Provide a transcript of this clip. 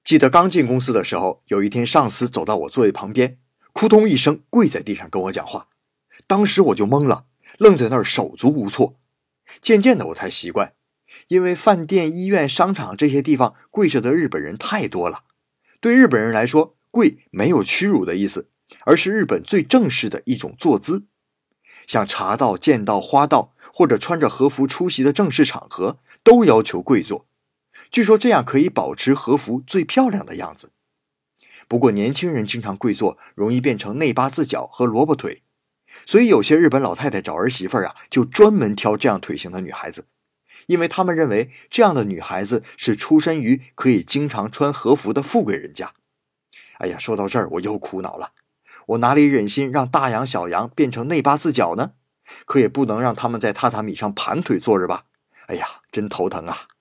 记得刚进公司的时候，有一天上司走到我座位旁边，扑通一声跪在地上跟我讲话。当时我就懵了，愣在那儿手足无措。渐渐的我才习惯，因为饭店、医院、商场这些地方跪着的日本人太多了。对日本人来说，跪没有屈辱的意思，而是日本最正式的一种坐姿。像茶道、剑道、花道，或者穿着和服出席的正式场合，都要求跪坐。据说这样可以保持和服最漂亮的样子。不过年轻人经常跪坐，容易变成内八字脚和萝卜腿，所以有些日本老太太找儿媳妇就专门挑这样腿型的女孩子，因为他们认为这样的女孩子是出身于可以经常穿和服的富贵人家。哎呀，说到这儿我又苦恼了，我哪里忍心让大洋小洋变成内八字脚呢？可也不能让他们在榻榻米上盘腿坐着吧。哎呀，真头疼啊。